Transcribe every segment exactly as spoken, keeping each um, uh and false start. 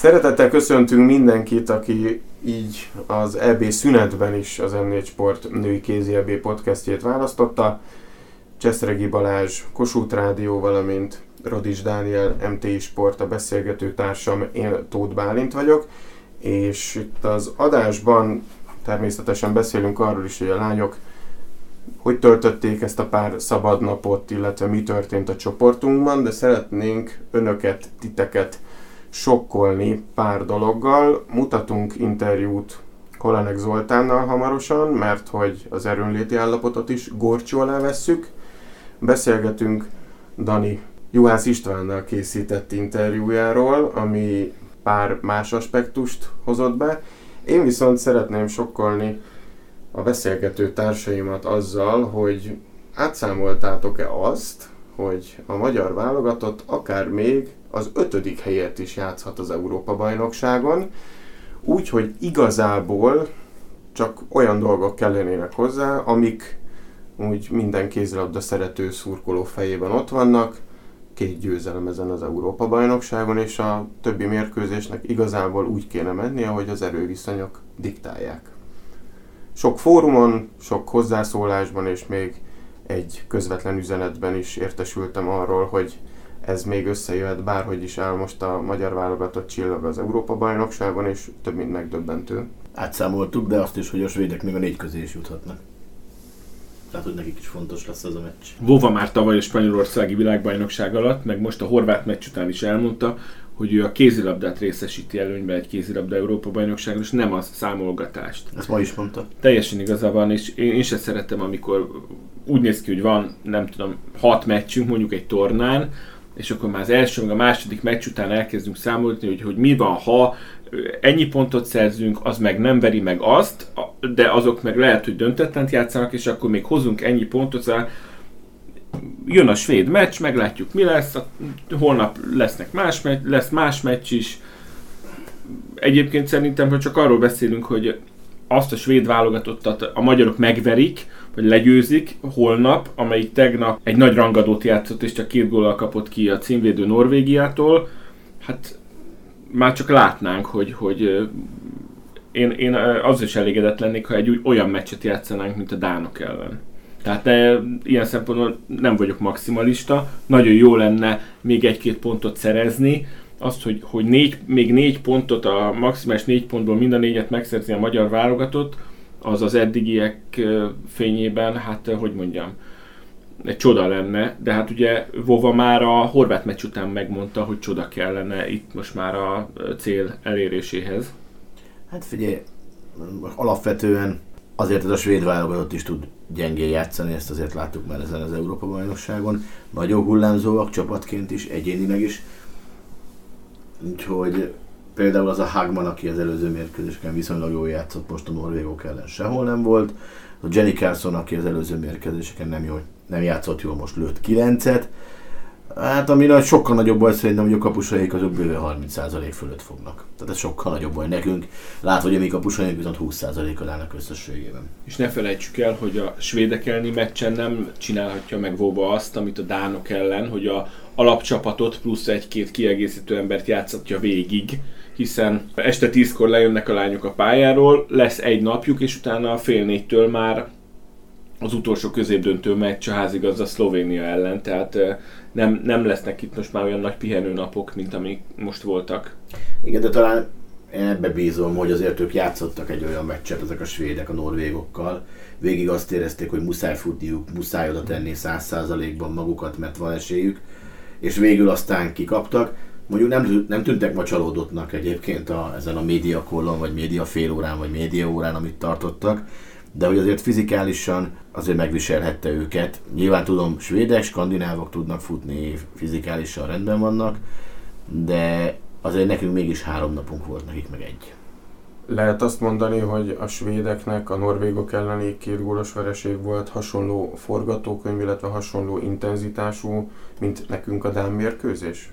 Szeretettel köszöntünk mindenkit, aki így az é bé szünetben is az em négy Sport női kézi é bé podcastjét választotta. Cseszregi Balázs, Kossuth Rádió, valamint Rodics Dániel, em té i Sport a beszélgető társam, én Tóth Bálint vagyok, és itt az adásban természetesen beszélünk arról is, hogy a lányok hogy töltötték ezt a pár szabad napot, illetve mi történt a csoportunkban, de szeretnénk önöket, titeket sokkolni pár dologgal. Mutatunk interjút Kolenek Zoltánnal hamarosan, mert hogy az erőnléti állapotot is górcső alá vesszük. Beszélgetünk Dani Juhász Istvánnal készített interjújáról, ami pár más aspektust hozott be. Én viszont szeretném sokkolni a beszélgető társaimat azzal, hogy átszámoltátok-e azt, hogy a magyar válogatott akár még az ötödik helyet is játszhat az Európa-bajnokságon, úgyhogy igazából csak olyan dolgok kellenének hozzá, amik úgy minden kézilabda szerető szurkoló fejében ott vannak, két győzelem ezen az Európa-bajnokságon, és a többi mérkőzésnek igazából úgy kéne menni, ahogy az erőviszonyok diktálják. Sok fórumon, sok hozzászólásban és még egy közvetlen üzenetben is értesültem arról, hogy ez még összejöhet, bárhogy is áll most a magyar válogatott csillag az Európa-bajnokságon, és több mint megdöbbentő. Átszámoltuk, de azt is, hogy a svédek még a négy közé is juthatnak. Tehát, hogy nekik is fontos lesz ez a meccs. Vova már tavaly a spanyolországi világbajnokság alatt, meg most a horvát meccs után is elmondta, hogy ő a kézilabdát részesíti előnybe egy kézilabda Európa-bajnokságon, és nem a számolgatást. Ezt ma is mondta. Teljesen igaza van, és én, én sem szeretem, amikor úgy néz ki, hogy van, nem tudom, hat meccsünk mondjuk egy tornán, és akkor már az első, meg a második meccs után elkezdünk számolni, hogy, hogy mi van, ha ennyi pontot szerzünk, az meg nem veri meg azt, de azok meg lehet, hogy döntetlent játszanak, és akkor még hozunk ennyi pontot, szóval jön a svéd meccs, meglátjuk mi lesz, holnap lesznek más meccs, lesz más meccs is. Egyébként szerintem, hogy csak arról beszélünk, hogy azt a svéd válogatottat a magyarok megverik, vagy legyőzik holnap, amelyik tegnap egy nagy rangadót játszott, és csak két góllal kapott ki a címvédő Norvégiától. Hát már csak látnánk, hogy, hogy én, én az is elégedett lennék, ha egy olyan meccset játszanánk, mint a dánok ellen. Tehát de, ilyen szempontból nem vagyok maximalista, nagyon jó lenne még egy-két pontot szerezni. Azt, hogy, hogy négy, még négy pontot, a maximális négy pontból mind a négyet megszerzi a magyar válogatott, az az eddigiek fényében, hát hogy mondjam, egy csoda lenne, de hát ugye Vova már a horvát meccs után megmondta, hogy csoda kellene itt most már a cél eléréséhez. Hát figyelj, alapvetően azért ez a svéd válogatott is tud gyengén játszani, ezt azért láttuk már ezen az Európa-bajnokságon. Nagyon hullámzóak csapatként is, egyénileg is. Úgyhogy például az a Hagman, aki az előző mérkőzéseken viszonylag jól játszott, most a norvégok ellen sehol nem volt. A Jenny Carson, aki az előző mérkőzéseken nem, jól, nem játszott jól, most lőtt kilencet. Hát ami nagy, sokkal nagyobb baj szerintem, hogy a kapusaik azok bőve harminc százalék fölött fognak. Tehát ez sokkal nagyobb baj nekünk. Látva, hogy a mi kapusaink viszont húsz százalékkal állnak összességében. És ne felejtsük el, hogy a svédek elleni meccsen nem csinálhatja meg Vova azt, amit a dánok ellen, hogy a alapcsapatot plusz egy-két kiegészítő embert játszatja végig, hiszen este tízkor lejönnek a lányok a pályáról, lesz egy napjuk, és utána fél négytől már az utolsó középdöntő meccs a házigazda Szlovénia ellen, tehát nem, nem lesznek itt most már olyan nagy pihenőnapok, mint amik most voltak. Igen, de talán én ebbe bízom, hogy azért ők játszottak egy olyan meccset, ezek a svédek a norvégokkal. Végig azt érezték, hogy muszáj futniuk, muszáj oda tenni száz százalékban magukat, mert van esélyük, és végül aztán kikaptak. Mondjuk nem, nem tűntek ma csalódottnak egyébként a, ezen a média kollon, vagy média fél órán, vagy média órán, amit tartottak, de hogy azért fizikálisan azért megviselhette őket. Nyilván tudom, svédek, skandinávok tudnak futni, fizikálisan rendben vannak, de azért nekünk mégis három napunk volt, nekik meg egy. Lehet azt mondani, hogy a svédeknek a norvégok elleni két gólos vereség volt hasonló forgatókönyv, illetve hasonló intenzitású, mint nekünk a dán mérkőzés?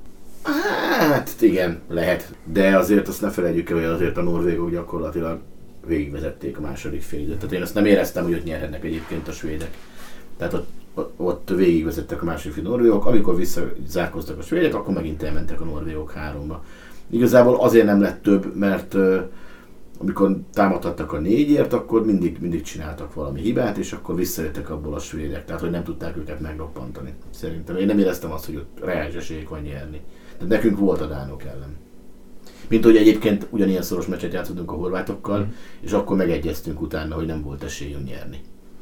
Hát igen, lehet. De azért azt ne felejtjük el, hogy azért a norvégok gyakorlatilag végigvezették a második fél időt. Tehát én azt nem éreztem, hogy ott nyerhetnek egyébként a svédek. Tehát ott, ott végigvezettek a második fél norvégok, amikor visszazárkoztak a svédek, akkor megint elmentek a norvégok háromba. Igazából azért nem lett több, mert uh, amikor támadhattak a négyért, akkor mindig, mindig csináltak valami hibát, és akkor visszajöttek abból a svédek, tehát hogy nem tudták őket megroppantani. Szerintem én nem éreztem azt, hogy ott reális esélyük van nyerni. Tehát nekünk volt a dánok ellen. Mint hogy egyébként ugyanilyen szoros meccset játszottunk a horvátokkal, mm. és akkor megegyeztünk utána, hogy nem volt esélyünk nyerni.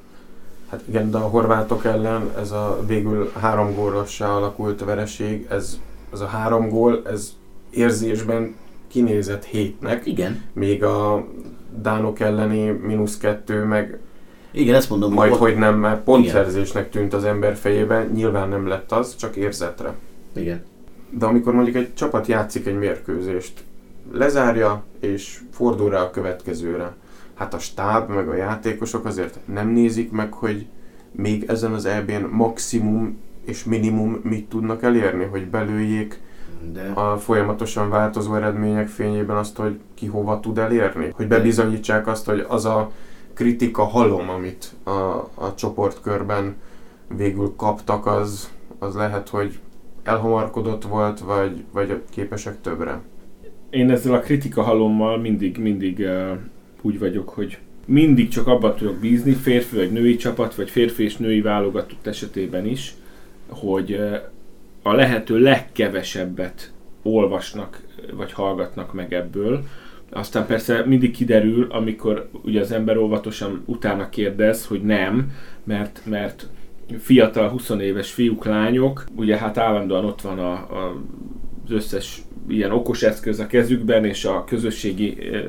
Hát igen, de a horvátok ellen ez a végül három gólossá alakult vereség, ez, ez a három gól, ez érzésben kinézett hétnek. Igen. Még a dánok elleni mínusz kettő meg igen, ezt mondom, majd, hogy, hogy nem, mert pontszerzésnek tűnt az ember fejében, nyilván nem lett az, csak érzetre. Igen. De amikor mondjuk egy csapat játszik egy mérkőzést, lezárja és fordul rá a következőre, hát a stáb meg a játékosok azért nem nézik meg, hogy még ezen az é bén maximum és minimum mit tudnak elérni, hogy belőjék de a folyamatosan változó eredmények fényében azt, hogy ki hova tud elérni. Hogy bebizonyítsák azt, hogy az a kritika halom, amit a, a csoportkörben végül kaptak, az, az lehet, hogy elhamarkodott volt, vagy, vagy képesek többre. Én ezzel a kritika halommal mindig, mindig uh, úgy vagyok, hogy mindig csak abban tudok bízni, férfi vagy női csapat, vagy férfi és női válogatott esetében is, hogy uh, a lehető legkevesebbet olvasnak, vagy hallgatnak meg ebből. Aztán persze mindig kiderül, amikor ugye az ember óvatosan utána kérdez, hogy nem, mert, mert fiatal, huszonéves fiúk, lányok, ugye hát állandóan ott van a, a, az összes ilyen okos eszköz a kezükben, és a közösségi e,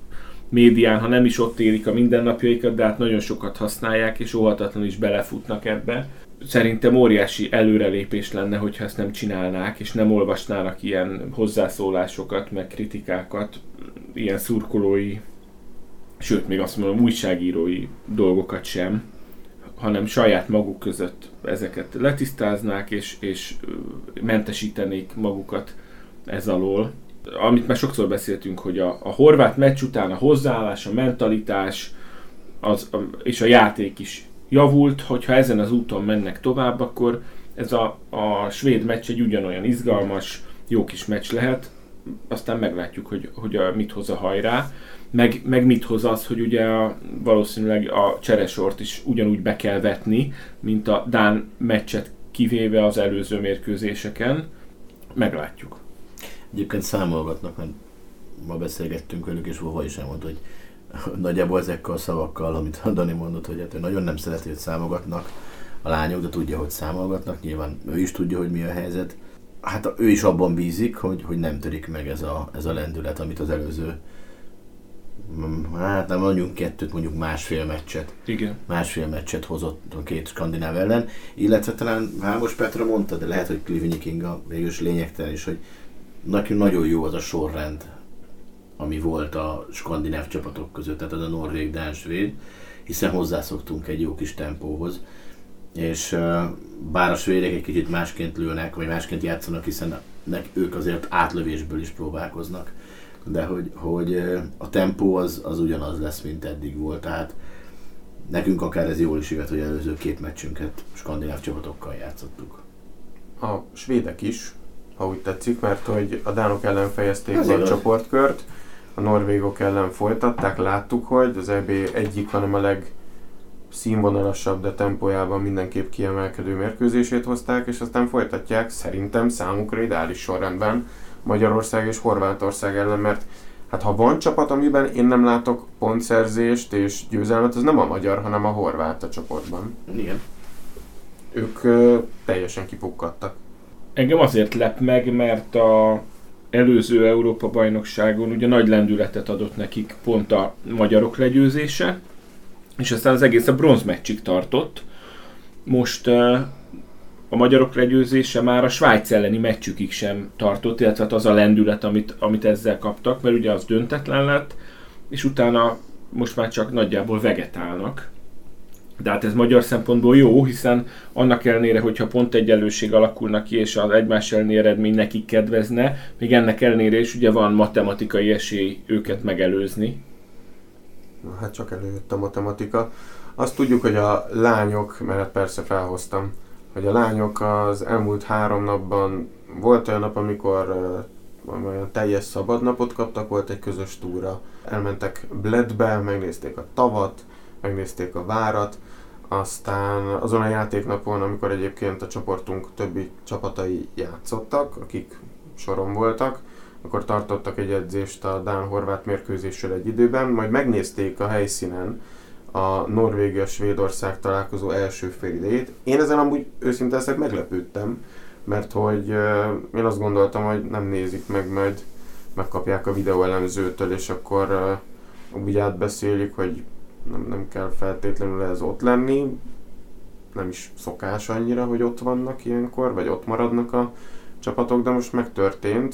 médián, ha nem is ott élik a mindennapjaikat, de hát nagyon sokat használják, és óhatatlanul is belefutnak ebbe. Szerintem óriási előrelépés lenne, hogyha ezt nem csinálnák, és nem olvasnának ilyen hozzászólásokat, meg kritikákat, ilyen szurkolói, sőt, még azt mondom, újságírói dolgokat sem, hanem saját maguk között ezeket letisztáznák, és, és mentesítenék magukat ez alól. Amit már sokszor beszéltünk, hogy a, a horvát meccs után a hozzáállás, a mentalitás az, a, és a játék is javult, hogyha ezen az úton mennek tovább, akkor ez a, a svéd meccs egy ugyanolyan izgalmas, jó kis meccs lehet, aztán meglátjuk, hogy, hogy a, mit hoz a hajrá, meg, meg mit hoz az, hogy ugye a, valószínűleg a cseresort is ugyanúgy be kell vetni, mint a dán meccset kivéve az előző mérkőzéseken. Meglátjuk. Egyébként számolgatnak, mert ma beszélgettünk velük, és Vova is elmondta, hogy nagyjából ezekkel a szavakkal, amit a Dani mondott, hogy hát ő nagyon nem szereti, hogy számolgatnak a lányok, de tudja, hogy számolgatnak, nyilván ő is tudja, hogy mi a helyzet. Hát ő is abban bízik, hogy, hogy nem törik meg ez a, ez a lendület, amit az előző, hát nem mondjuk kettőt, mondjuk másfél meccset. Igen. Másfél meccset hozott a két skandináv ellen, illetve talán Vámos Petra mondta, de lehet, hogy Clivnyi Kinga végülis lényegtelen is, hogy neki nagyon jó az a sorrend, ami volt a skandináv csapatok között, tehát az a norvég, dán, svéd, hiszen hozzászoktunk egy jó kis tempóhoz, és uh, bár a svédek egy kicsit másként lőnek, vagy másként játszanak, hiszen ők azért átlövésből is próbálkoznak, de hogy, hogy uh, a tempó az, az ugyanaz lesz, mint eddig volt, tehát nekünk akár ez jól is jöhet, hogy előző két meccsünket skandináv csapatokkal játszottuk. A svédek is, ha úgy tetszik, mert hogy a dánok ellen fejezték be a csoportkört, a norvégok ellen folytatták, láttuk, hogy az é bé egyik, hanem a legszínvonalasabb, de tempójában mindenképp kiemelkedő mérkőzését hozták, és aztán folytatják szerintem számukra ideális sorrendben Magyarország és Horvátország ellen, mert hát ha van csapat, amiben én nem látok pontszerzést és győzelmet, az nem a magyar, hanem a horvát a csoportban. Igen. Ők ö, teljesen kipukkadtak. Engem azért lep meg, mert a előző Európa-bajnokságon ugye nagy lendületet adott nekik pont a magyarok legyőzése, és aztán az egész a bronzmeccsig tartott. Most uh, a magyarok legyőzése már a Svájc elleni meccsükig sem tartott, illetve az a lendület, amit, amit ezzel kaptak, mert ugye az döntetlen lett, és utána most már csak nagyjából vegetálnak. De hát ez magyar szempontból jó, hiszen annak ellenére, hogyha pont egyenlőség alakulna ki, és az egymás elleni eredmény nekik kedvezne, még ennek ellenére is ugye van matematikai esély őket megelőzni. Hát csak előjött a matematika. Azt tudjuk, hogy a lányok, mert persze felhoztam, hogy a lányok az elmúlt három napban volt olyan nap, amikor olyan teljes szabadnapot kaptak, volt egy közös túra. Elmentek Bledbe, megnézték a tavat, megnézték a várat, aztán azon a játéknapon, amikor egyébként a csoportunk többi csapatai játszottak, akik soron voltak, akkor tartottak egy edzést a dán-horvát mérkőzésről egy időben, majd megnézték a helyszínen a Norvégia-Svédország találkozó első fél idejét. Én ezen amúgy őszintén leszek meglepődtem, mert hogy uh, én azt gondoltam, hogy nem nézik meg, majd megkapják a videóelemzőtől, és akkor uh, úgy átbeszélik, hogy nem, nem kell feltétlenül ez ott lenni. Nem is szokás annyira, hogy ott vannak ilyenkor, vagy ott maradnak a csapatok, de most megtörtént.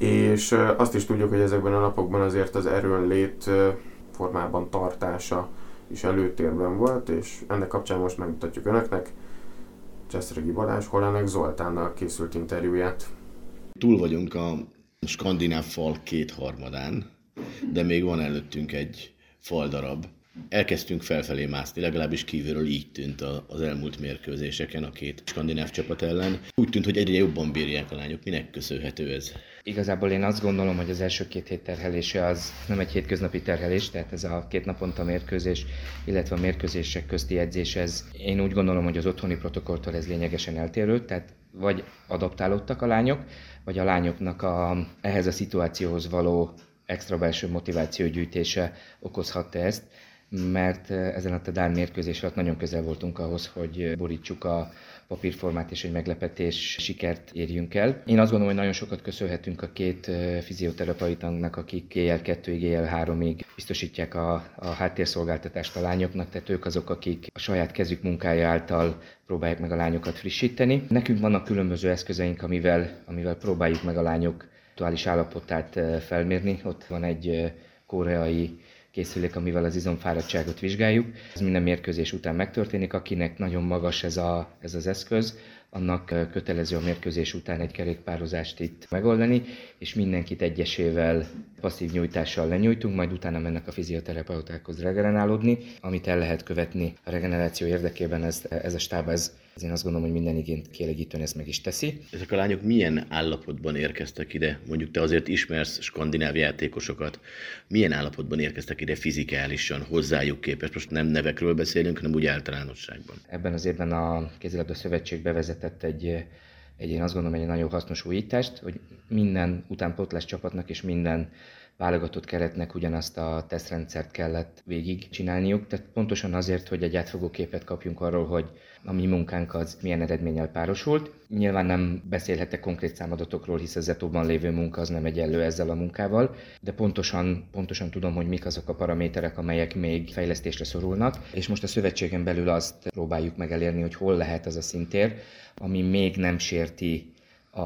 És uh, azt is tudjuk, hogy ezekben a napokban azért az erőnlét uh, formában tartása is előtérben volt, és ennek kapcsán most megmutatjuk önöknek Cseszregi Balázs Hollánek Zoltánnal készült interjúját. Túl vagyunk a skandináv fal kétharmadán, de még van előttünk egy faldarab. Elkezdtünk felfelé mászni, legalábbis kívülről így tűnt az elmúlt mérkőzéseken a két skandináv csapat ellen. Úgy tűnt, hogy egyre jobban bírják a lányok. Minek köszönhető ez? Igazából én azt gondolom, hogy az első két hét terhelése az nem egy hétköznapi terhelés, tehát ez a két naponta mérkőzés, illetve a mérkőzések közti edzés, ez én úgy gondolom, hogy az otthoni protokolltól ez lényegesen eltérő, tehát vagy adaptálódtak a lányok, vagy a lányoknak a, ehhez a szituációhoz való extra belső motiváció gyűjtése okozhatta ezt, mert ezen a dán mérkőzés alatt nagyon közel voltunk ahhoz, hogy borítsuk a papírformát és egy meglepetés sikert érjünk el. Én azt gondolom, hogy nagyon sokat köszönhetünk a két fizioterapeutának, akik éjjel kettőig, éjjel háromig biztosítják a, a háttérszolgáltatást a lányoknak, tehát ők azok, akik a saját kezük munkája által próbálják meg a lányokat frissíteni. Nekünk vannak különböző eszközeink, amivel, amivel próbáljuk meg a lányok aktuális állapotát felmérni. Ott van egy koreai készülék, amivel az izomfáradtságot vizsgáljuk. Ez minden mérkőzés után megtörténik, akinek nagyon magas ez, a, ez az eszköz, annak kötelező a mérkőzés után egy kerékpározást itt megoldani, és mindenkit egyesével passzív nyújtással lenyújtunk, majd utána mennek a fizioterapeutákhoz regenerálódni, amit el lehet követni a regeneráció érdekében. Ez, ez a stáb, ez, ez én azt gondolom, hogy minden igényt kielégítően ezt meg is teszi. Ezek a lányok milyen állapotban érkeztek ide? Mondjuk te azért ismersz skandináv játékosokat. Milyen állapotban érkeztek ide fizikálisan, hozzájuk képest? Most nem nevekről beszélünk, hanem úgy általánosságban. Ebben az évben a Kézilabda Szövetség bevezetett egy, egy én azt gondolom, egy nagyon hasznos újítást, hogy minden utánpótlás csapatnak és minden válogatott keretnek ugyanazt a tesztrendszert kellett végig csinálniuk, tehát pontosan azért, hogy egy átfogó képet kapjunk arról, hogy a mi munkánk az milyen eredménnyel párosult. Nyilván nem beszélhetek konkrét számadatokról, hisz a zetóban lévő munka az nem egyenlő ezzel a munkával, de pontosan, pontosan tudom, hogy mik azok a paraméterek, amelyek még fejlesztésre szorulnak, és most a szövetségen belül azt próbáljuk meg elérni, hogy hol lehet az a szintér, ami még nem sérti a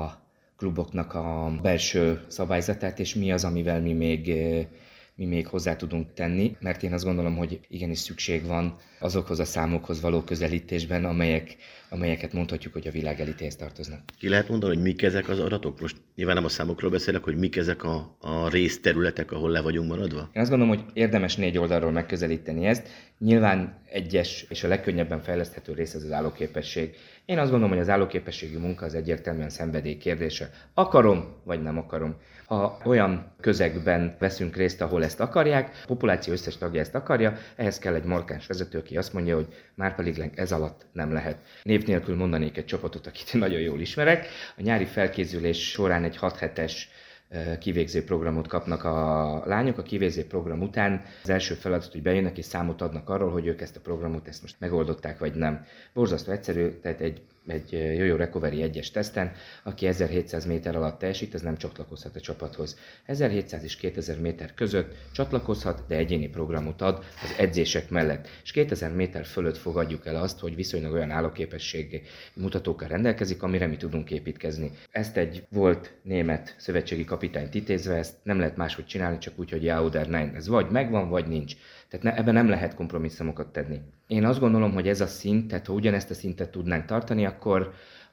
kluboknak a belső szabályzatát, és mi az, amivel mi még, mi még hozzá tudunk tenni, mert én azt gondolom, hogy igenis szükség van azokhoz a számokhoz való közelítésben, amelyek, amelyeket mondhatjuk, hogy a világ elitéhez tartoznak. Ki lehet mondani, hogy mik ezek az adatok? Most nyilván nem a számokról beszélek, hogy mik ezek a, a részterületek, ahol le vagyunk maradva? Én azt gondolom, hogy érdemes négy oldalról megközelíteni ezt. Nyilván egyes és a legkönnyebben fejleszthető rész az az állóképesség. Én azt gondolom, hogy az állóképességi munka az egyértelműen szenvedély kérdése. Akarom, vagy nem akarom. Ha olyan közegben veszünk részt, ahol ezt akarják, a populáció összes tagja ezt akarja, ehhez kell egy markáns vezető, aki azt mondja, hogy márpedig ez alatt nem lehet. Név nélkül mondanék egy csapatot, akit nagyon jól ismerek. A nyári felkészülés során egy hat hetes kivégző programot kapnak a lányok. A kivégző program után az első feladat, hogy bejönnek és számot adnak arról, hogy ők ezt a programot ezt most megoldották, vagy nem. Borzasztó egyszerű, tehát egy, egy Yo-Yo Recovery egyes teszten, aki ezerhétszáz méter alatt teljesít, ez nem csatlakozhat a csapathoz. ezerhétszáz és kétezer méter között csatlakozhat, de egyéni programot ad az edzések mellett. És kétezer méter fölött fogadjuk el azt, hogy viszonylag olyan állóképességi mutatókkal rendelkezik, amire mi tudunk építkezni. Ezt egy volt német szövetségi kapitányt idézve, ezt nem lehet máshogy csinálni, csak úgy, hogy ja oder nein. Ez vagy megvan, vagy nincs. Tehát ne, ebben nem lehet kompromisszumokat tenni. Én azt gondolom, hogy ez a szint, tehát ha ugyanezt a szintet tudnánk tartani, akkor,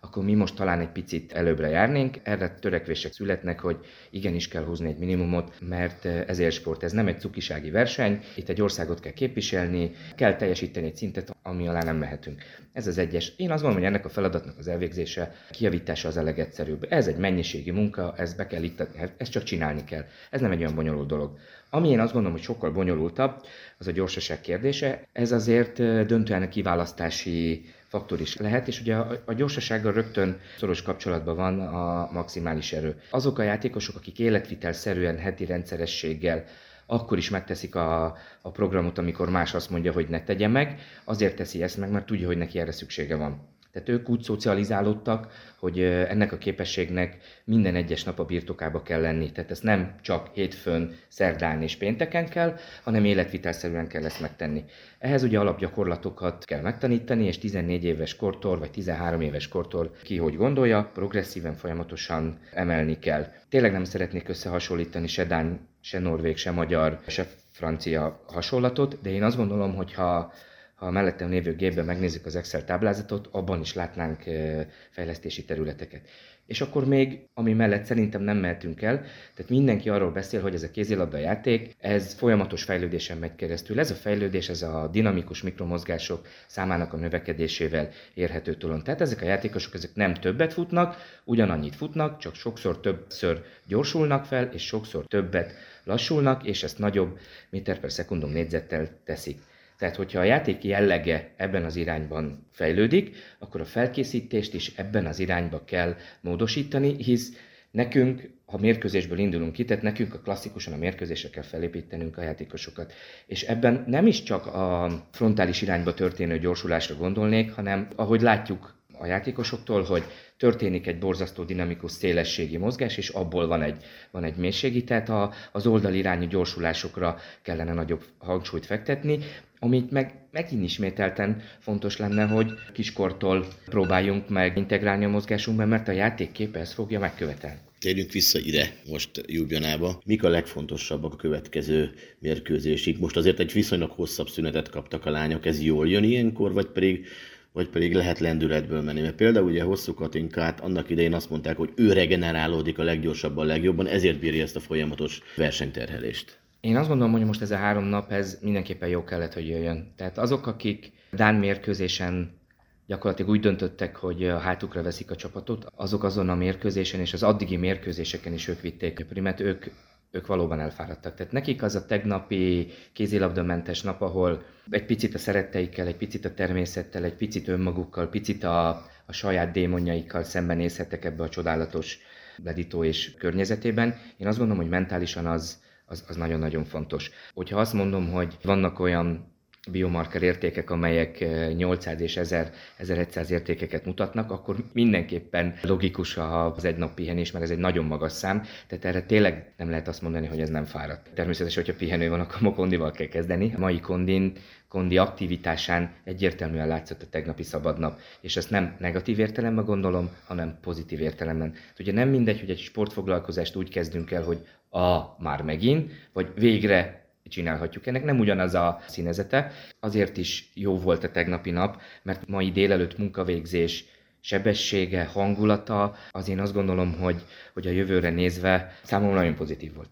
akkor mi most talán egy picit előbbre járnénk. Erre törekvések születnek, hogy igenis kell húzni egy minimumot, mert ez élsport, ez nem egy cukisági verseny, itt egy országot kell képviselni, kell teljesíteni egy szintet, ami alá nem mehetünk. Ez az egyes. Én azt gondolom, hogy ennek a feladatnak az elvégzése, kijavítása az a legegyszerűbb. Ez egy mennyiségi munka, ezt be kell iktatni, ezt csak csinálni kell. Ez nem egy olyan bonyolult dolog. Ami én azt gondolom, hogy sokkal bonyolultabb, az a gyorsaság kérdése. Ez azért döntően a kiválasztási faktor is lehet, és ugye a, a gyorsasággal rögtön szoros kapcsolatban van a maximális erő. Azok a játékosok, akik életvitelszerűen, heti rendszerességgel akkor is megteszik a, a programot, amikor más azt mondja, hogy ne tegye meg, azért teszi ezt meg, mert tudja, hogy neki erre szüksége van. Tehát ők úgy szocializálódtak, hogy ennek a képességnek minden egyes nap a birtokába kell lenni. Tehát ez nem csak hétfőn, szerdán és pénteken kell, hanem életvitelszerűen kell ezt megtenni. Ehhez ugye alapgyakorlatokat kell megtanítani, és tizennégy éves kortól, vagy tizenhárom éves kortól ki hogy gondolja, progresszíven, folyamatosan emelni kell. Tényleg nem szeretnék összehasonlítani se dán, se norvég, se magyar, se francia hasonlatot, de én azt gondolom, hogy ha Ha a mellettem lévő gépben megnézzük az Excel táblázatot, abban is látnánk fejlesztési területeket. És akkor még, ami mellett szerintem nem mehetünk el, tehát mindenki arról beszél, hogy ez a kézilabda játék, ez folyamatos fejlődésen megy keresztül. Ez a fejlődés, ez a dinamikus mikromozgások számának a növekedésével érhető tőlem. Tehát ezek a játékosok ezek nem többet futnak, ugyanannyit futnak, csak sokszor többször gyorsulnak fel, és sokszor többet lassulnak, és ezt nagyobb méter per szekundum négyzettel teszik. Tehát, hogyha a játék jellege ebben az irányban fejlődik, akkor a felkészítést is ebben az irányba kell módosítani, hisz nekünk, ha mérkőzésből indulunk ki, tehát nekünk a klasszikusan a mérkőzésre kell felépítenünk a játékosokat. És ebben nem is csak a frontális irányba történő gyorsulásra gondolnék, hanem ahogy látjuk a játékosoktól, hogy történik egy borzasztó dinamikus szélességi mozgás, és abból van egy, van egy mélységi, tehát a, az oldalirányú gyorsulásokra kellene nagyobb hangsúlyt fektetni, amit meg megint ismételten fontos lenne, hogy kiskortól próbáljunk meg integrálni a mozgásunkban, mert a játékképe ezt fogja megkövetelni. Térjünk vissza ide, most Ljubljanába. Mik a legfontosabbak a következő mérkőzésig? Most azért egy viszonylag hosszabb szünetet kaptak a lányok, ez jól jön ilyenkor, vagy pedig vagy pedig lehet lendületből menni. Mert például ugye Hosszú Katinkát annak idején azt mondták, hogy ő regenerálódik a leggyorsabban, legjobban, ezért bírja ezt a folyamatos versenyterhelést. Én azt gondolom, hogy most ez a három nap, ez mindenképpen jó kellett, hogy jöjjön. Tehát azok, akik dán mérkőzésen gyakorlatilag úgy döntöttek, hogy a hátukra veszik a csapatot, azok azon a mérkőzésen és az addigi mérkőzéseken is ők vitték a primet, ők, ők valóban elfáradtak. Tehát nekik az a tegnapi kézilabdamentes nap, ahol egy picit a szeretteikkel, egy picit a természettel, egy picit önmagukkal, picit a, a saját démonjaikkal szembenézhettek ebbe a csodálatos Leditó és környezetében. Én azt gondolom, hogy mentálisan az, az, az nagyon-nagyon fontos. Hogyha azt mondom, hogy vannak olyan biomarker értékek, amelyek nyolcszáz és ezer, ezerszáz értékeket mutatnak, akkor mindenképpen logikus az egy nap pihenés, mert ez egy nagyon magas szám, tehát erre tényleg nem lehet azt mondani, hogy ez nem fáradt. Természetesen, hogyha pihenő van, akkor a kondival kell kezdeni. A mai kondin, kondi aktivitásán egyértelműen látszott a tegnapi szabadnap, és ezt nem negatív értelemben gondolom, hanem pozitív értelemben. Ugye nem mindegy, hogy egy sportfoglalkozást úgy kezdünk el, hogy a már megint, vagy végre csinálhatjuk. Ennek nem ugyanaz a színezete. Azért is jó volt a tegnapi nap, mert mai délelőtt munkavégzés, sebessége, hangulata, az én azt gondolom, hogy, hogy a jövőre nézve számomra nagyon pozitív volt.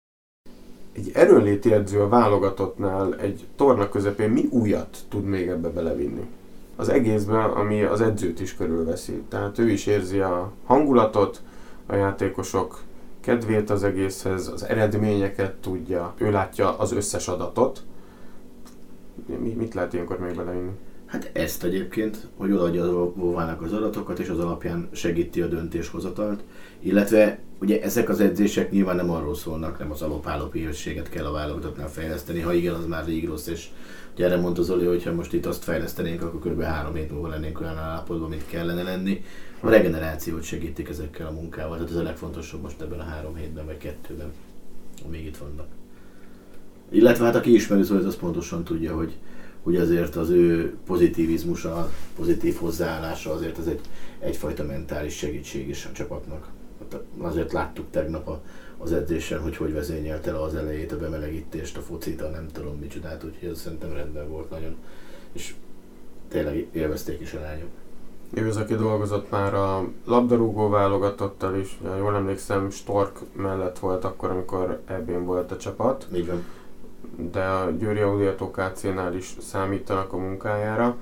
Egy erőnléti edző a válogatottnál egy torna közepén mi újat tud még ebbe belevinni? Az egészben, ami az edzőt is körülveszi. Tehát ő is érzi a hangulatot, a játékosok kedvét az egészhez, az eredményeket tudja, ő látja az összes adatot. Mit lehet ilyenkor még belevinni? Hát ezt egyébként, hogy odaadja a Vóvának az adatokat, és az alapján segíti a döntéshozatalt, illetve ugye ezek az edzések nyilván nem arról szólnak, nem az alapálló pihenőséget kell a válogatottnál fejleszteni, ha igen, az már rég rossz, és ugye erre mondta Zoli, hogy ha most itt azt fejlesztenénk, akkor kb. három hét múlva lennénk olyan állapotban, mint kellene lenni. A regenerációt segítik ezekkel a munkával, tehát ez a legfontosabb most ebben a három hétben, vagy kettőben, amíg itt vannak. Illetve hát aki ismeri Zolit, az pontosan tudja, hogy, hogy azért az ő pozitivizmusa, pozitív hozzáállása azért ez egy, egyfajta mentális segítség is a csapatnak. Azért láttuk tegnap az edzésen, hogy hogy vezényelte le az elejét, a bemelegítést, a focit, a nem tudom micsodát, úgyhogy ez szerintem rendben volt nagyon. És tényleg élvezték is a lányok. Ő az, aki dolgozott már a labdarúgó válogatottal is, jól emlékszem, Stork mellett volt akkor, amikor ebben volt a csapat. Igen. De a Győri Audiato ká cé-nál is számítanak a munkájára.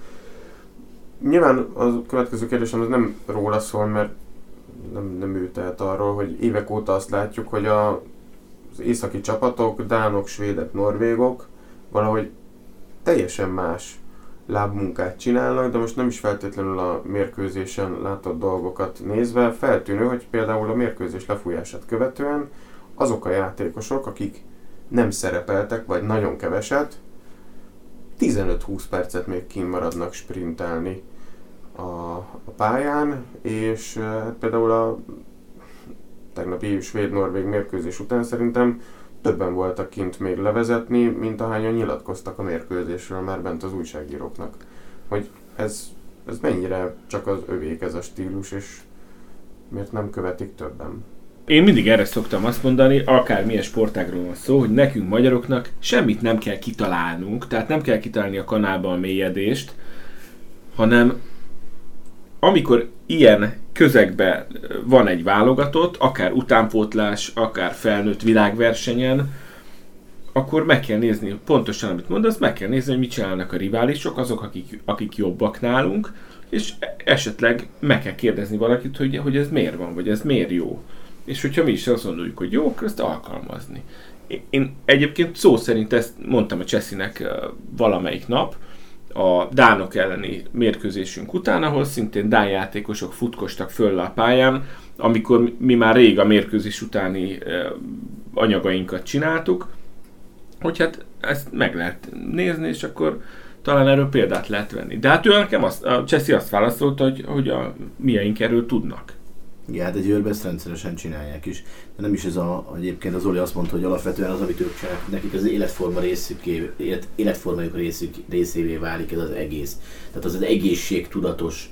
Nyilván a következő kérdésem az nem róla szól, mert nem, nem ő tehet arról, hogy évek óta azt látjuk, hogy a, az északi csapatok, dánok, svédek, norvégok valahogy teljesen más lábmunkát csinálnak, de most nem is feltétlenül a mérkőzésen látott dolgokat nézve. Feltűnő, hogy például a mérkőzés lefújását követően azok a játékosok, akik nem szerepeltek, vagy nagyon keveset, tizenöt-húsz percet még kimaradnak sprintelni a, a pályán, és uh, például a tegnapi svéd-norvég mérkőzés után szerintem többen voltak kint még levezetni, mint ahányan nyilatkoztak a mérkőzésről már bent az újságíróknak. Hogy ez, ez mennyire csak az övék ez a stílus, és miért nem követik többen? Én mindig erre szoktam azt mondani, akármilyen sportágról van szó, hogy nekünk magyaroknak semmit nem kell kitalálnunk, tehát nem kell kitalálni a kanálban a mélyedést, hanem amikor ilyen közegben van egy válogatott, akár utánpótlás, akár felnőtt világversenyen, akkor meg kell nézni, pontosan amit mondasz, meg kell nézni, hogy mit csinálnak a riválisok, azok, akik, akik jobbak nálunk, és esetleg meg kell kérdezni valakit, hogy, hogy ez miért van, vagy ez miért jó. És hogyha mi is azt gondoljuk, hogy jó, akkor ezt alkalmazni. Én egyébként szó szerint ezt mondtam a Cseszinek valamelyik nap, a dánok elleni mérkőzésünk után, ahol szintén dán játékosok futkostak föl a pályán, amikor mi már rég a mérkőzés utáni anyagainkat csináltuk, hogy hát ezt meg lehet nézni, és akkor talán erről példát lehet venni. De hát ő nekem azt, a Cseszi azt válaszolta, hogy, hogy a miénk erről tudnak. Igen, hát egy Győrben ezt rendszeresen csinálják is. De nem is ez a, egyébként az Oli azt mondta, hogy alapvetően az, amit ők csinálnak, nekik az életforma részüké, élet, életformájuk részük, részévé válik ez az egész. Tehát az az egészségtudatos,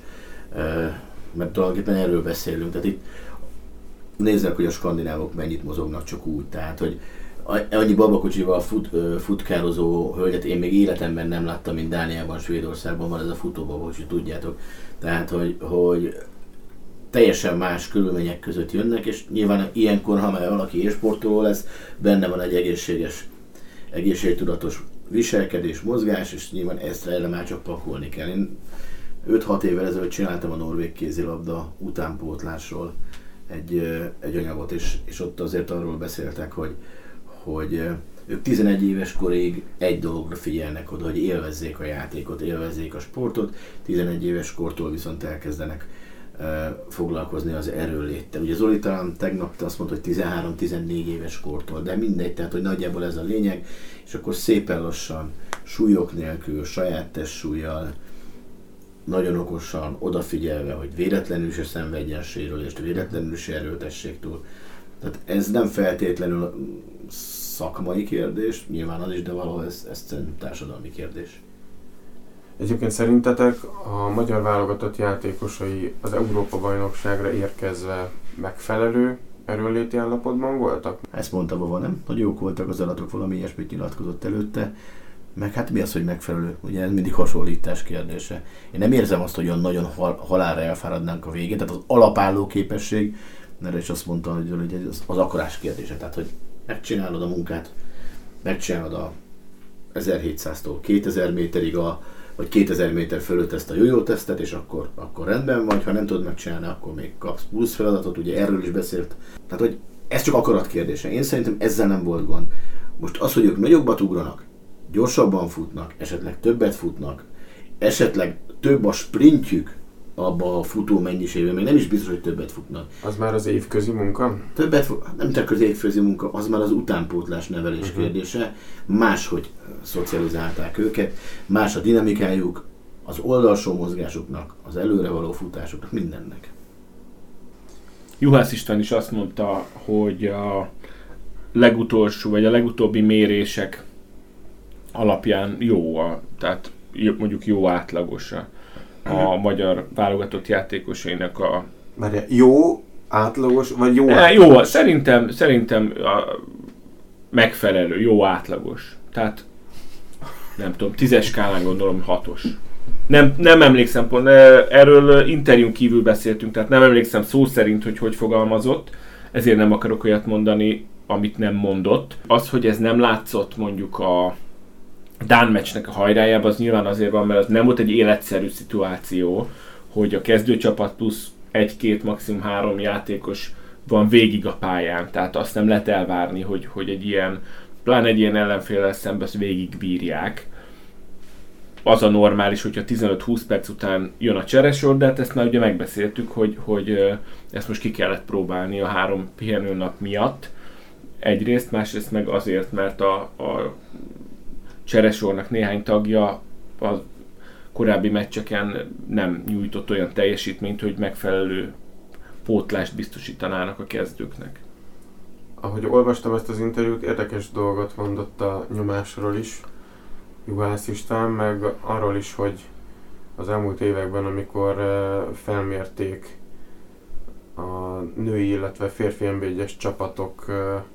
mert tulajdonképpen erről beszélünk. Tehát itt nézzek, hogy a skandinávok mennyit mozognak csak úgy. Tehát, hogy annyi babakocsival fut, futkározó hölgyet én még életemben nem láttam, mint Dániában, Svédországban van ez a futóbabakocsi, tudjátok. Tehát, hogy, hogy teljesen más körülmények között jönnek, és nyilván ilyenkor, ha már valaki élsportoló lesz, benne van egy egészséges, egészségtudatos viselkedés, mozgás, és nyilván ezt erre már csak pakolni kell. Én öt-hat évvel ezelőtt csináltam a norvég kézilabda utánpótlásról egy, egy anyagot, és, és ott azért arról beszéltek, hogy, hogy ők tizenegy éves korig egy dologra figyelnek oda, hogy élvezzék a játékot, élvezzék a sportot, tizenegy éves kortól viszont elkezdenek foglalkozni az erőléttel. Ugye Zoli talán tegnap azt mondta, hogy tizenhárom-tizennégy éves kortól, de mindegy, tehát hogy nagyjából ez a lényeg, és akkor szépen lassan, súlyok nélkül, saját testsúllyal, nagyon okosan, odafigyelve, hogy véletlenül se szenvedjen sérülést, véletlenül se erőltessék túl. Tehát ez nem feltétlenül szakmai kérdés, nyilván az is, de valahol ez, ez társadalmi kérdés. Egyébként szerintetek a magyar válogatott játékosai az Európa-bajnokságra érkezve megfelelő erőnléti állapotban voltak? Ezt mondta Vava, nem? Hogy jók voltak az adatok, valami ilyesmit nyilatkozott előtte. Meg hát mi az, hogy megfelelő? Ugye ez mindig hasonlítás kérdése. Én nem érzem azt, hogy olyan nagyon hal- halálra elfáradnánk a végén, tehát az alapálló képesség, erre is azt mondta, hogy az, az akarás kérdése, tehát hogy megcsinálod a munkát, megcsinálod a ezerhétszáztól kétezer méterig a vagy kétezer méter fölött ezt a jó-jó tesztet, és akkor, akkor rendben vagy, ha nem tudod megcsinálni, akkor még kapsz plusz feladatot, ugye erről is beszélt. Tehát, hogy ez csak akarat kérdése. Én szerintem ezzel nem volt gond. Most az, hogy ők nagyobbat ugranak, gyorsabban futnak, esetleg többet futnak, esetleg több a sprintjük abba a futó mennyiségben, még nem is biztos, hogy többet futnak. Az már az évközi munka? Többet, nem csak az évközi munka, az már az utánpótlás nevelés uh-huh. kérdése. Máshogy szocializálták őket, más a dinamikájuk, az oldalsó mozgásuknak, az előre való futásuknak, mindennek. Juhász István is azt mondta, hogy a legutolsó, vagy a legutóbbi mérések alapján jó, a, tehát mondjuk jó átlagos a, a magyar válogatott játékosainak a... Várja, jó, átlagos, vagy jó átlagos? Jó, szerintem, szerintem a megfelelő, jó átlagos. Tehát nem tudom, tízes skálán gondolom hatos. Nem, nem emlékszem pont, erről interjún kívül beszéltünk, tehát nem emlékszem szó szerint, hogy hogy fogalmazott, ezért nem akarok olyat mondani, amit nem mondott. Az, hogy ez nem látszott mondjuk a dán meccsnek a hajrájában, az nyilván azért van, mert az nem volt egy életszerű szituáció, hogy a kezdőcsapat plusz egy-két, maximum három játékos van végig a pályán, tehát azt nem lehet elvárni, hogy, hogy egy ilyen, pláne egy ilyen ellenféllel szemben azt végig bírják. Az a normális, hogyha tizenöt-húsz perc után jön a cseresor, de hát ezt már ugye megbeszéltük, hogy, hogy ezt most ki kellett próbálni a három pihenőnap miatt. Egyrészt, másrészt meg azért, mert a, a cseresornak néhány tagja a korábbi meccseken nem nyújtott olyan teljesítményt, hogy megfelelő pótlást biztosítanának a kezdőknek. Ahogy olvastam ezt az interjút, érdekes dolgot mondott a nyomásról is Juhász István, meg arról is, hogy az elmúlt években, amikor felmérték a női, illetve férfi en bé egyes csapatok,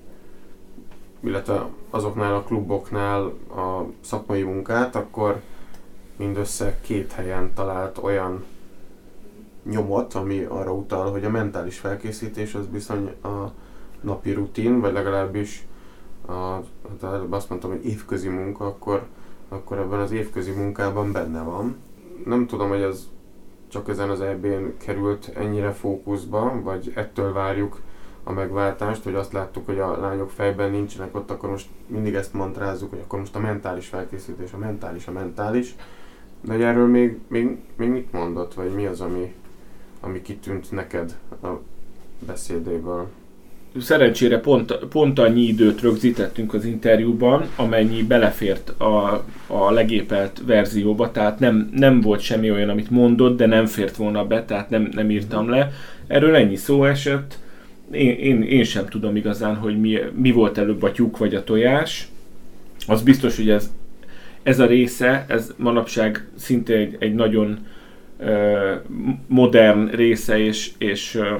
illetve azoknál a kluboknál a szakmai munkát, akkor mindössze két helyen talált olyan nyomot, ami arra utal, hogy a mentális felkészítés az bizony a napi rutin, vagy legalábbis a, hát azt mondtam, hogy évközi munka, akkor, akkor ebben az évközi munkában benne van. Nem tudom, hogy ez csak ezen az é bén került ennyire fókuszba, vagy ettől várjuk a megváltást, hogy azt láttuk, hogy a lányok fejben nincsenek ott, akkor most mindig ezt mantrázzuk, hogy akkor most a mentális felkészítés, a mentális, a mentális. De hogy erről még, még, még mit mondott, vagy mi az, ami, ami kitűnt neked a beszédéből? Szerencsére pont, pont annyi időt rögzítettünk az interjúban, amennyi belefért a, a legépelt verzióba, tehát nem, nem volt semmi olyan, amit mondott, de nem fért volna be, tehát nem, nem írtam le. Erről ennyi szó esett. Én, én, én sem tudom igazán, hogy mi, mi volt előbb a tyúk vagy a tojás. Az biztos, hogy ez, ez a része, ez manapság szinte egy, egy nagyon uh, modern része, és, és uh,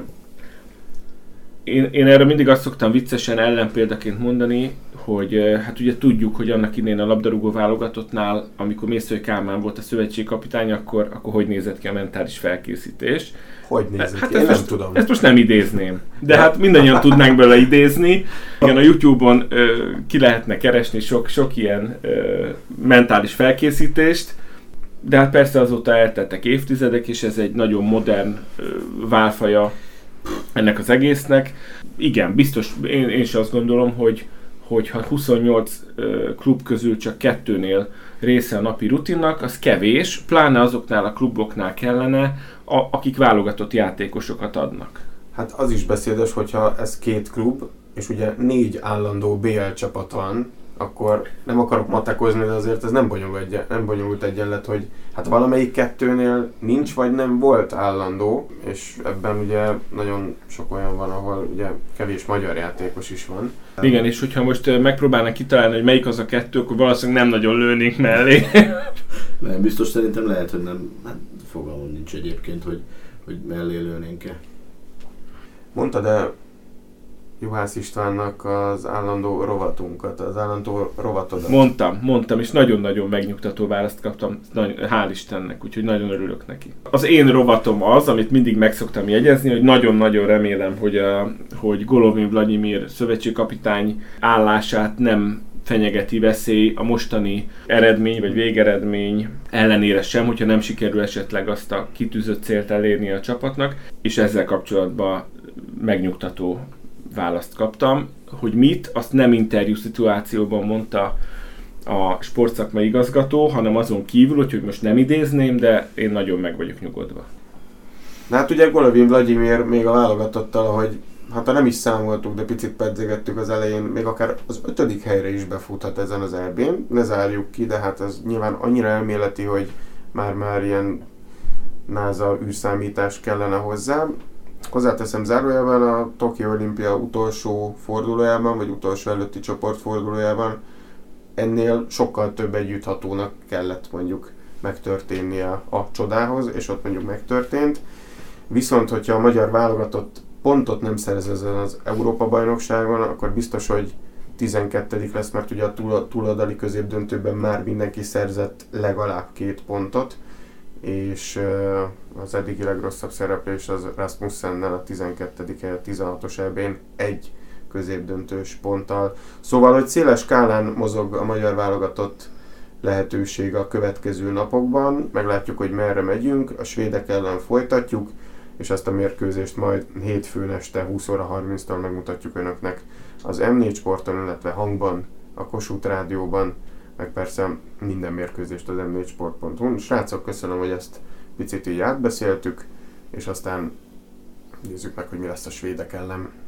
én, én erre mindig azt szoktam viccesen ellenpéldaként mondani, hogy uh, hát ugye tudjuk, hogy annak idején a labdarúgó válogatottnál, amikor Mészői Kálmán volt a szövetségkapitány, akkor, akkor hogy nézett ki a mentális felkészítés. Hogy nézett hát ki? Én ezt nem most, tudom. Ezt most nem idézném, de hát mindannyian tudnánk belőle idézni. Igen, a YouTube-on ö, ki lehetne keresni sok, sok ilyen ö, mentális felkészítést, de hát persze azóta elteltek évtizedek, és ez egy nagyon modern ö, válfaja ennek az egésznek. Igen, biztos, én, én is azt gondolom, hogy hogyha huszonnyolc ö, klub közül csak kettőnél része a napi rutinnak, az kevés, pláne azoknál a kluboknál kellene, a, akik válogatott játékosokat adnak. Hát az is beszédes, hogyha ez két klub, és ugye négy állandó bé el csapat van, akkor nem akarok matekozni, de azért ez nem bonyolult, egyen, nem bonyolult egyenlet, hogy hát valamelyik kettőnél nincs vagy nem volt állandó, és ebben ugye nagyon sok olyan van, ahol ugye kevés magyar játékos is van. Igen, és hogyha most megpróbálnak kitalálni, hogy melyik az a kettő, akkor valószínűleg nem nagyon lőnénk mellé. Nem, biztos szerintem lehet, hogy nem, hát fogalmam nincs egyébként, hogy, hogy mellé lőnénk-e. Mondtad-e Juhász Istvánnak az állandó rovatunkat, az állandó rovatodat? Mondtam, mondtam, és nagyon-nagyon megnyugtató választ kaptam, hál' Istennek, úgyhogy nagyon örülök neki. Az én rovatom az, amit mindig meg szoktam jegyezni, hogy nagyon-nagyon remélem, hogy, a, hogy Golovin Vladimir szövetségkapitány állását nem fenyegeti veszély a mostani eredmény vagy végeredmény ellenére sem, hogyha nem sikerül esetleg azt a kitűzött célt elérni a csapatnak, és ezzel kapcsolatban megnyugtató választ kaptam, hogy mit, azt nem interjú szituációban mondta a sportszakmai igazgató, hanem azon kívül, hogy most nem idézném, de én nagyon meg vagyok nyugodva. Na hát ugye Golovin Vladimir még a válogatottal, ahogy hát ha nem is számoltuk, de picit pedzegettük az elején, még akár az ötödik helyre is befuthat ezen az é bén, ne zárjuk ki, de hát ez nyilván annyira elméleti, hogy már-már ilyen NASA űrszámítás kellene hozzá. Hozzáteszem zárójában a Tokió Olimpia utolsó fordulójában, vagy utolsó előtti csoportfordulójában ennél sokkal több együtthatónak kellett mondjuk megtörténnie a csodához, és ott mondjuk megtörtént. Viszont, hogyha a magyar válogatott pontot nem szerez ezen az Európa-bajnokságon, akkor biztos, hogy tizenkettedik lesz, mert ugye a túl, túloldali középdöntőben már mindenki szerzett legalább két pontot, és az eddigi legrosszabb szereplés az Rasmussennel a tizenkettedik helyet tizenhatos é bén egy középdöntős ponttal. Szóval, hogy széles skálán mozog a magyar válogatott lehetőség a következő napokban, meglátjuk, hogy merre megyünk, a svédek ellen folytatjuk, és ezt a mérkőzést majd hétfőn este húsz óra harminctól megmutatjuk önöknek az em négy Sporton, illetve hangban, a Kossuth Rádióban, meg persze minden mérkőzést az em négy sport pont hu-n. Srácok, köszönöm, hogy ezt picit így átbeszéltük, és aztán nézzük meg, hogy mi lesz a svédek ellen.